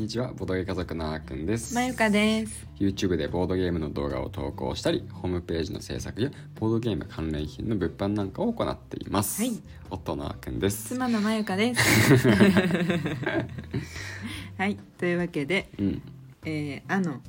ちは、ボードゲー家族のあーくんです。 まゆかです。 YouTube でボードゲームの動画を投稿したり、ホームページの制作やボードゲーム関連品の物販なんかを行っています、 はい、 夫のあーくんです。 妻のまゆかですはい、というわけで、あの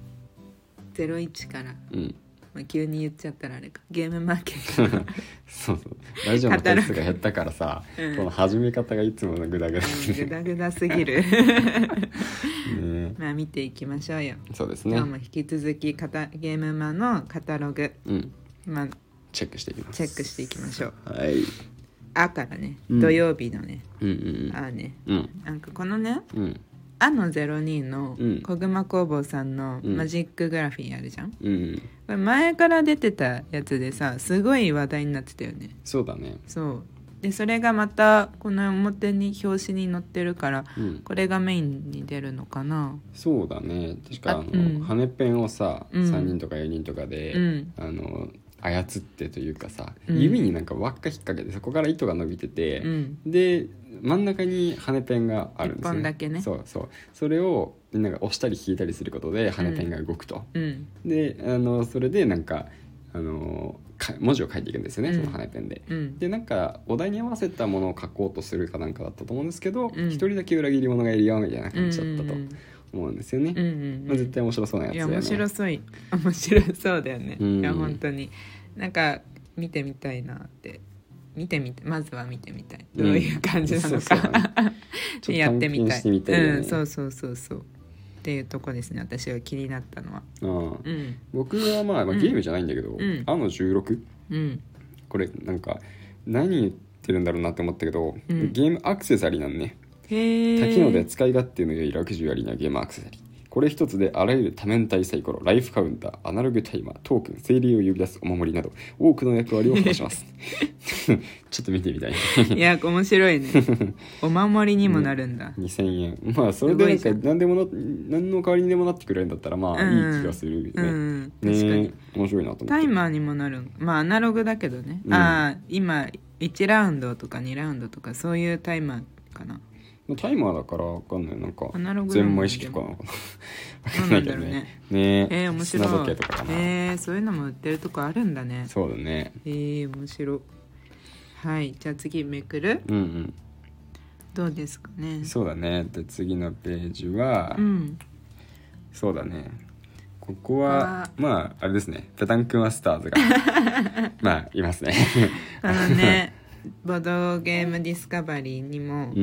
01から、急に言っちゃったらあれか、ゲームマーケットそうラジオの回数が減ったからさ、この始め方がいつものグダグダグダグダすぎるまあ見ていきましょうよ。 そうですね。 今日も引き続きゲームマのカタログ、 チェックしていきます。 チェックしていきましょう。 はい。 あからね、土曜日のね、あね、なんかこのね、あの02の小熊工房さんのマジックグラフィーあるじゃん、これ前から出てたやつでさ、すごい話題になってたよね。 そうだね。 そうで、それがまたこの表に表紙に載ってるから、これがメインに出るのかな。 そうだね。確か羽ペンをさ、3人とか4人とかで、操ってというかさ、指になんか輪っか引っ掛けて、そこから糸が伸びてて、で真ん中に羽ペンがあるんですよね。 1本だけね。 それをみんなが押したり引いたりすることで羽ペンが動くと、でそれでなんか文字を書いていくんですよね、その羽ペンで、でなんかお題に合わせたものを書こうとするかなんかだったと思うんですけど、一人だけ裏切り者がいるよみたいな感じだったと思うんですよね。絶対面白そうなやつだよね。 いや面白そうだよね。いや本当になんか見てみたいなって。まずは見てみたい、どういう感じなのか、やってみたい。そうっていうとこですね、私は気になったのは。 僕はゲームじゃないんだけど、あの16、これなんか何言ってるんだろうなって思ったけど、ゲームアクセサリーなんね。多機能で使い勝手の良いラグジュアリーなゲームアクセサリー。これ一つであらゆる多面体サイコロ、ライフカウンター、アナログタイマー、トークン、精霊を呼び出すお守りなど多くの役割を果たしますちょっと見てみたいいや面白いねお守りにもなるんだ、 2000円。それでなんか何の代わりにでもなってくれるんだったらいい気がするよね。確かに面白いなと思って。 タイマーにもなる。アナログだけどね、今1ラウンドとか2ラウンドとかそういうタイマーかな。 タイマーだから分かんない、なんか全枚式とかなのかな分かんないけどね。 面白い。 砂時計とかかな。 そういうのも売ってるとこあるんだね。 そうだね。 面白い。はい、じゃあ次めくる。どうですかね。 そうだね。で次のページは、そうだね、ここはあれですね、ペタンクマスターズがいますねボードゲームディスカバリーにも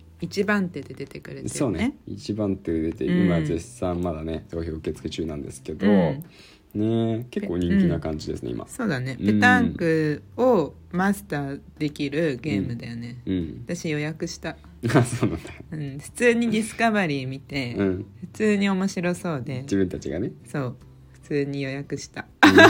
1番手で出てくれてるね。 そうね、1番手で出て、今絶賛まだね投票受付中なんですけど、結構人気な感じですね、今。 そうだね、ペタンクをマスターできるゲームだよね。私予約したそうなんだ。 普通にディスカバリー見て、普通に面白そうで、 自分たちがね、 そう普通に予約した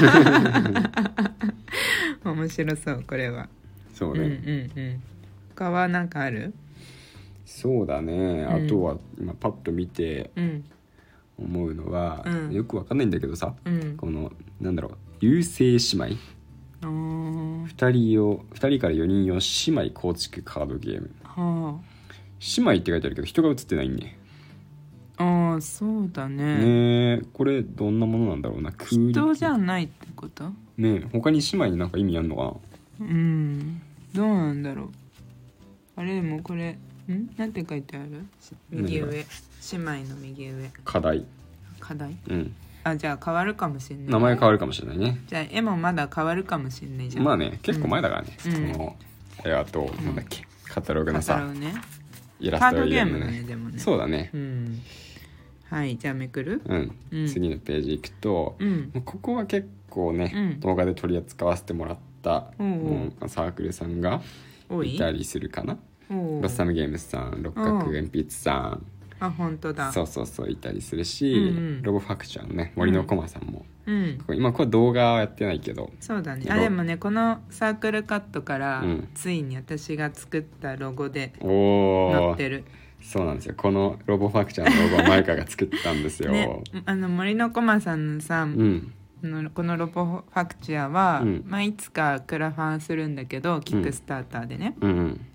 面白そう、これは。 そうね。 他は何かある？ そうだね、あとは今パッと見て思うのは、よくわかんないんだけどさ、このなんだろう、優勢姉妹、2人から4人用姉妹構築カードゲーム。姉妹って書いてあるけど人が写ってないね。 そうだね。 これどんなものなんだろうな。 人じゃないってことね。他に姉妹になんか意味あるのかな。 どうなんだろう。あれでもこれなんて書いてある？右上、姉妹の右上、課題。じゃあ変わるかもしれない。 名前変わるかもしれないね。 じゃあ絵もまだ変わるかもしれないじゃん。 結構前だからね、あとなんだっけ、カタログのさ、イラストカードゲームね。でもね、 そうだね。 はい、じゃあめくる。 次のページ行くと、ここは結構ね、動画で取り扱わせてもらったサークルさんがいたりするかな。ロッサムゲームズさん、六角鉛筆さん、 本当だ。 そういたりするし、ロボファクチャーのね、森の駒さんも、今これ動画はやってないけど、 そうだね。でもね、このサークルカットから、ついに私が作ったロゴで載ってる。 そうなんですよ。このロボファクチャーのロゴはマイカが作ったんですよ、 森の駒さんのさ、このロボファクチャーは、いつかクラファンするんだけど、キックスターターでね、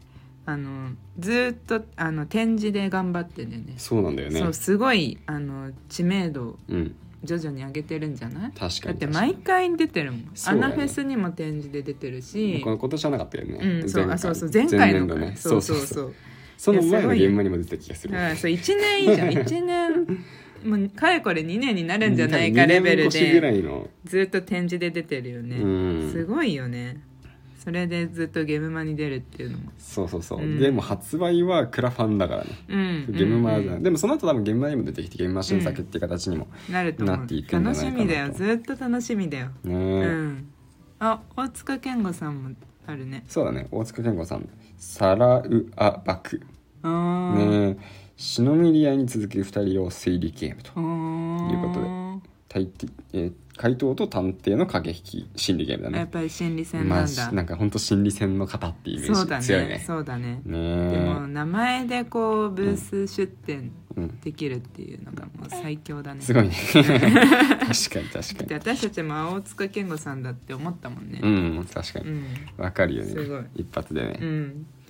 ずっと展示で頑張ってんだよね。 そうなんだよね。 そうすごい知名度徐々に上げてるんじゃない？ 確かに。 だって毎回出てるもん、ね、アナフェスにも展示で出てるし、 今年はなかったよね、 そう前回のね、 そうその前の現場にも出た気がする。 そう1年いいじゃん1年もうかれこれ2年になるんじゃないかレベルでずっと展示で出てるよね。すごいよね。それでずっとゲームマに出るっていうのもそう、でも発売はクラファンだからね、ゲームマでもその後多分ゲームマにも出てきてゲームマ新作っていう形にもなっていくんじゃないかなと。 楽しみだよ、ずっと楽しみだよね。大塚健吾さんもあるね。 そうだね、大塚健吾さん、サラウアバクね、シノミリアに続く2人を推理ゲームということで、怪盗と探偵の駆け引き心理ゲームだね。 やっぱり心理戦なんだ。 なんか本当心理戦の方っていうイメージ強いね。 そうだね。でも名前でこうブース出店できるっていうのがもう最強だね。 すごいね。確かに。 で私たちも大塚健吾さんだって思ったもんね。 確かに。わかるよね。 すごい。 一発でね。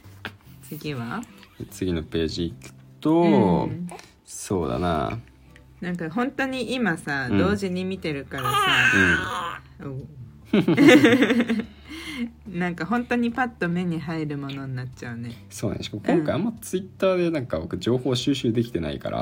次のページいくと、そうだな。 なんか本当に今さ、同時に見てるからさ、なんか本当にパッと目に入るものになっちゃうね。 そうね。しかも今回あんまツイッターでなんか僕情報収集できてないから、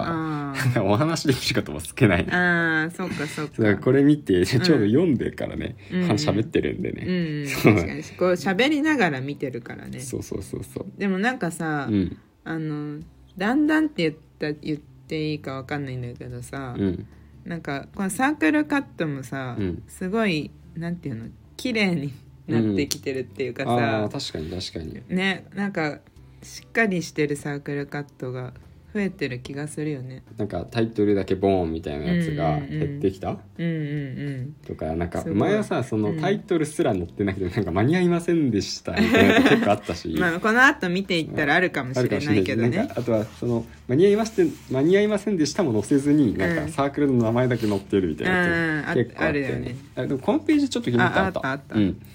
お話できることも少ないね。 そうか。 だからこれ見てちょうど読んでからね、喋ってるんでね。 確かにこう喋りながら見てるからね。 そう。 でもなんかさ、だんだんって言っていいかわかんないんだけどさ、なんかこのサークルカットもさ、すごいなんていうの綺麗になってきてるっていうかさ、 確かにね、なんかしっかりしてるサークルカットが増えてる気がするよね。 なんかタイトルだけボーンみたいなやつが減ってきた、とか、なんか前はさそのタイトルすら載ってなくてなんか間に合いませんでしたみたいなの結構あったしこの後見ていったらあるかもしれないけどね。 あとはその間に合いませんでしたも載せずになんかサークルの名前だけ載ってるみたいなやつ結構あったよね。でもこのページちょっと気になったあった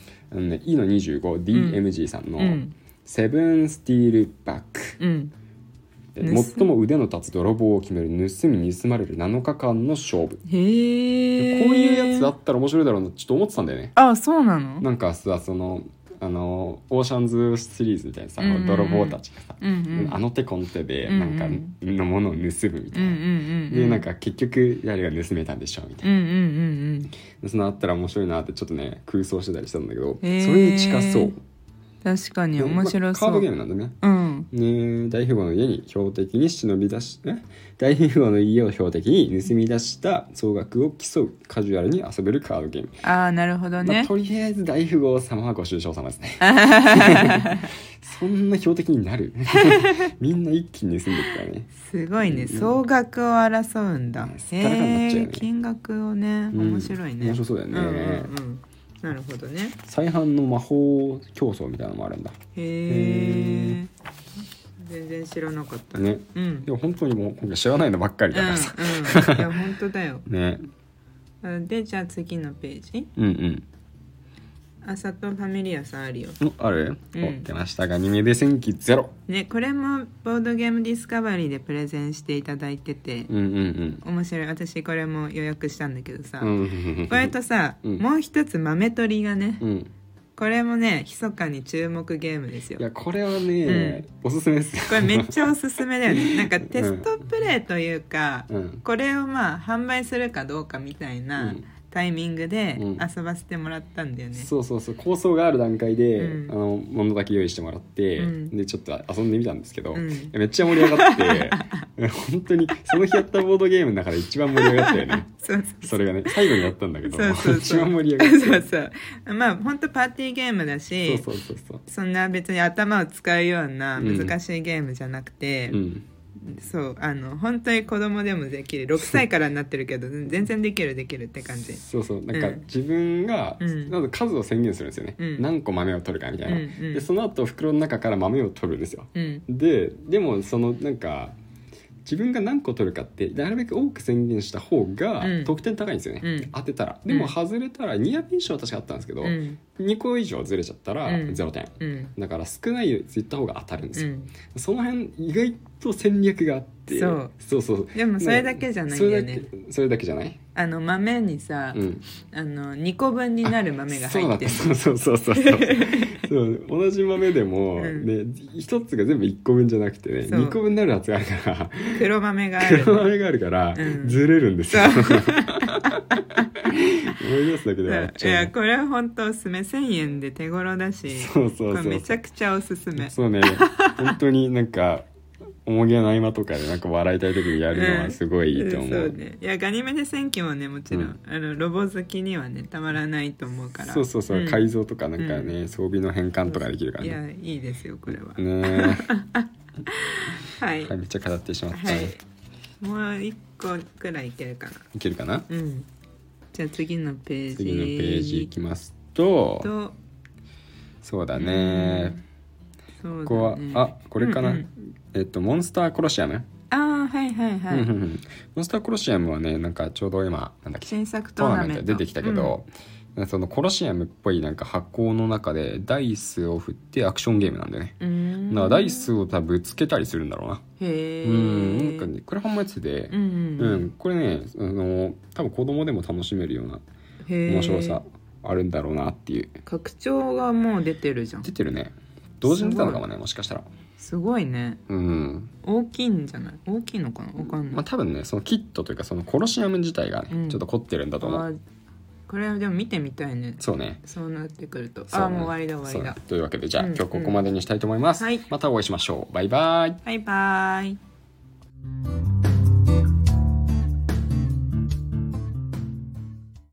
。E の 25DMG さんのセブンスティールバック、最も腕の立つ泥棒を決める盗み盗まれる7日間の勝負。こういうやつあったら面白いだろうなちょっと思ってたんだよね。 そうなの？ なんかさそのオーシャンズシリーズみたいなさ、泥棒たちがさ、あの手この手でなんかのものを盗むみたいな、でなんか結局誰が盗めたんでしょうみたいな、そのあったら面白いなってちょっとね空想してたりしたんだけど、それに近そう。 確かに面白そう。 カードゲームなんだね。大富豪の家に標的に忍び出し大富豪の家を標的に盗み出した総額を競うカジュアルに遊べるカードゲーム。 なるほどね。 とりあえず大富豪様はご愁傷様ですね。そんな標的になるみんな一気に盗んでいくからね。 すごいね、総額を争うんだ。金額をね、面白いね。 面白そうだよね。 なるほどね。 再販の魔法競争みたいなのもあるんだ。 全然知らなかったね。でも本当にもう今回知らないのばっかりだからさ。 いや本当だよ。 ね。 でじゃあ次のページ。サトファミリアさんあるよ。 ある？出ました。アニメで戦記ゼロ。 ね、これもボードゲームディスカバリーでプレゼンしていただいてて、面白い。私これも予約したんだけどさ、これとさ、もう一つ豆取りがね、これもね密かに注目ゲームですよ。 いやこれはね、おすすめですよ。 これめっちゃおすすめだよね。なんかテストプレイというか、これをまあ販売するかどうかみたいなタイミングで遊ばせてもらったんだよね。 そう構想がある段階で、物だけ用意してもらって、でちょっと遊んでみたんですけど、めっちゃ盛り上がって本当にその日やったボードゲームの中で一番盛り上がったよね。それがね最後にやったんだけど一番盛り上がったまあ本当パーティーゲームだし、そんな別に頭を使うような難しいゲームじゃなくて、そう本当に子供でもできる。6歳からになってるけど全然できるって感じ。 なんか自分が、まず数を宣言するんですよね、何個豆を取るかみたいな、でその後袋の中から豆を取るんですよ、でもそのなんか自分が何個取るかってなるべく多く宣言した方が得点高いんですよね、当てたら。でも外れたらニアピン賞は確かあったんですけど、 2個以上ずれちゃったら0点、だから少ないやつ言った方が当たるんですよ、その辺意外と戦略があって、そうでもそれだけじゃないよね。 それだけじゃない。 豆にさ、2個分になる豆が入ってる。 そう同じ豆でも、ね、1つが全部1個分じゃなくてね、2個分になるやつがあるから黒豆があるから、 ずれるんですよ思い出すだけで笑っちゃう。 いやこれは本当おすすめ。1000円で手頃だし、これめちゃくちゃおすすめ。 そうね本当になんか重げの合間とかでなんか笑いたい時にやるのはすごいいいと思う。 そうね。いやガニメデ戦記もねもちろん、ロボ好きにはねたまらないと思うから。 改造とかなんかね、装備の変換とかできるからね。 いやいいですよこれはねはい、 めっちゃ語ってしまった、 もう1個くらいいけるかな。 いけるかな。 じゃあ次のページいきますと、そうだね、ここはこれかな、モンスターコロシアム。モンスターコロシアムはねなんかちょうど今なんだっけ新作トーナメント出てきたけど、そのコロシアムっぽいなんか箱の中でダイスを振ってアクションゲームなんだよね。だからダイスを多分ぶつけたりするんだろうな。なんかねこれ本もやつで、これね多分子供でも楽しめるような面白さあるんだろうなっていう。 拡張がもう出てるじゃん。 出てるね。同時に出たのかもね、もしかしたら。 すごいね。大きいんじゃない？大きいのかな、分かんない。 多分ねそのキットというかそのコロシアム自体がね、ちょっと凝ってるんだと思う。 これはでも見てみたいね。 そうね。 そうなってくると、もう終わりだ。 というわけでじゃあ、今日ここまでにしたいと思います。またお会いしましょう。バイバイ。 バイバイ。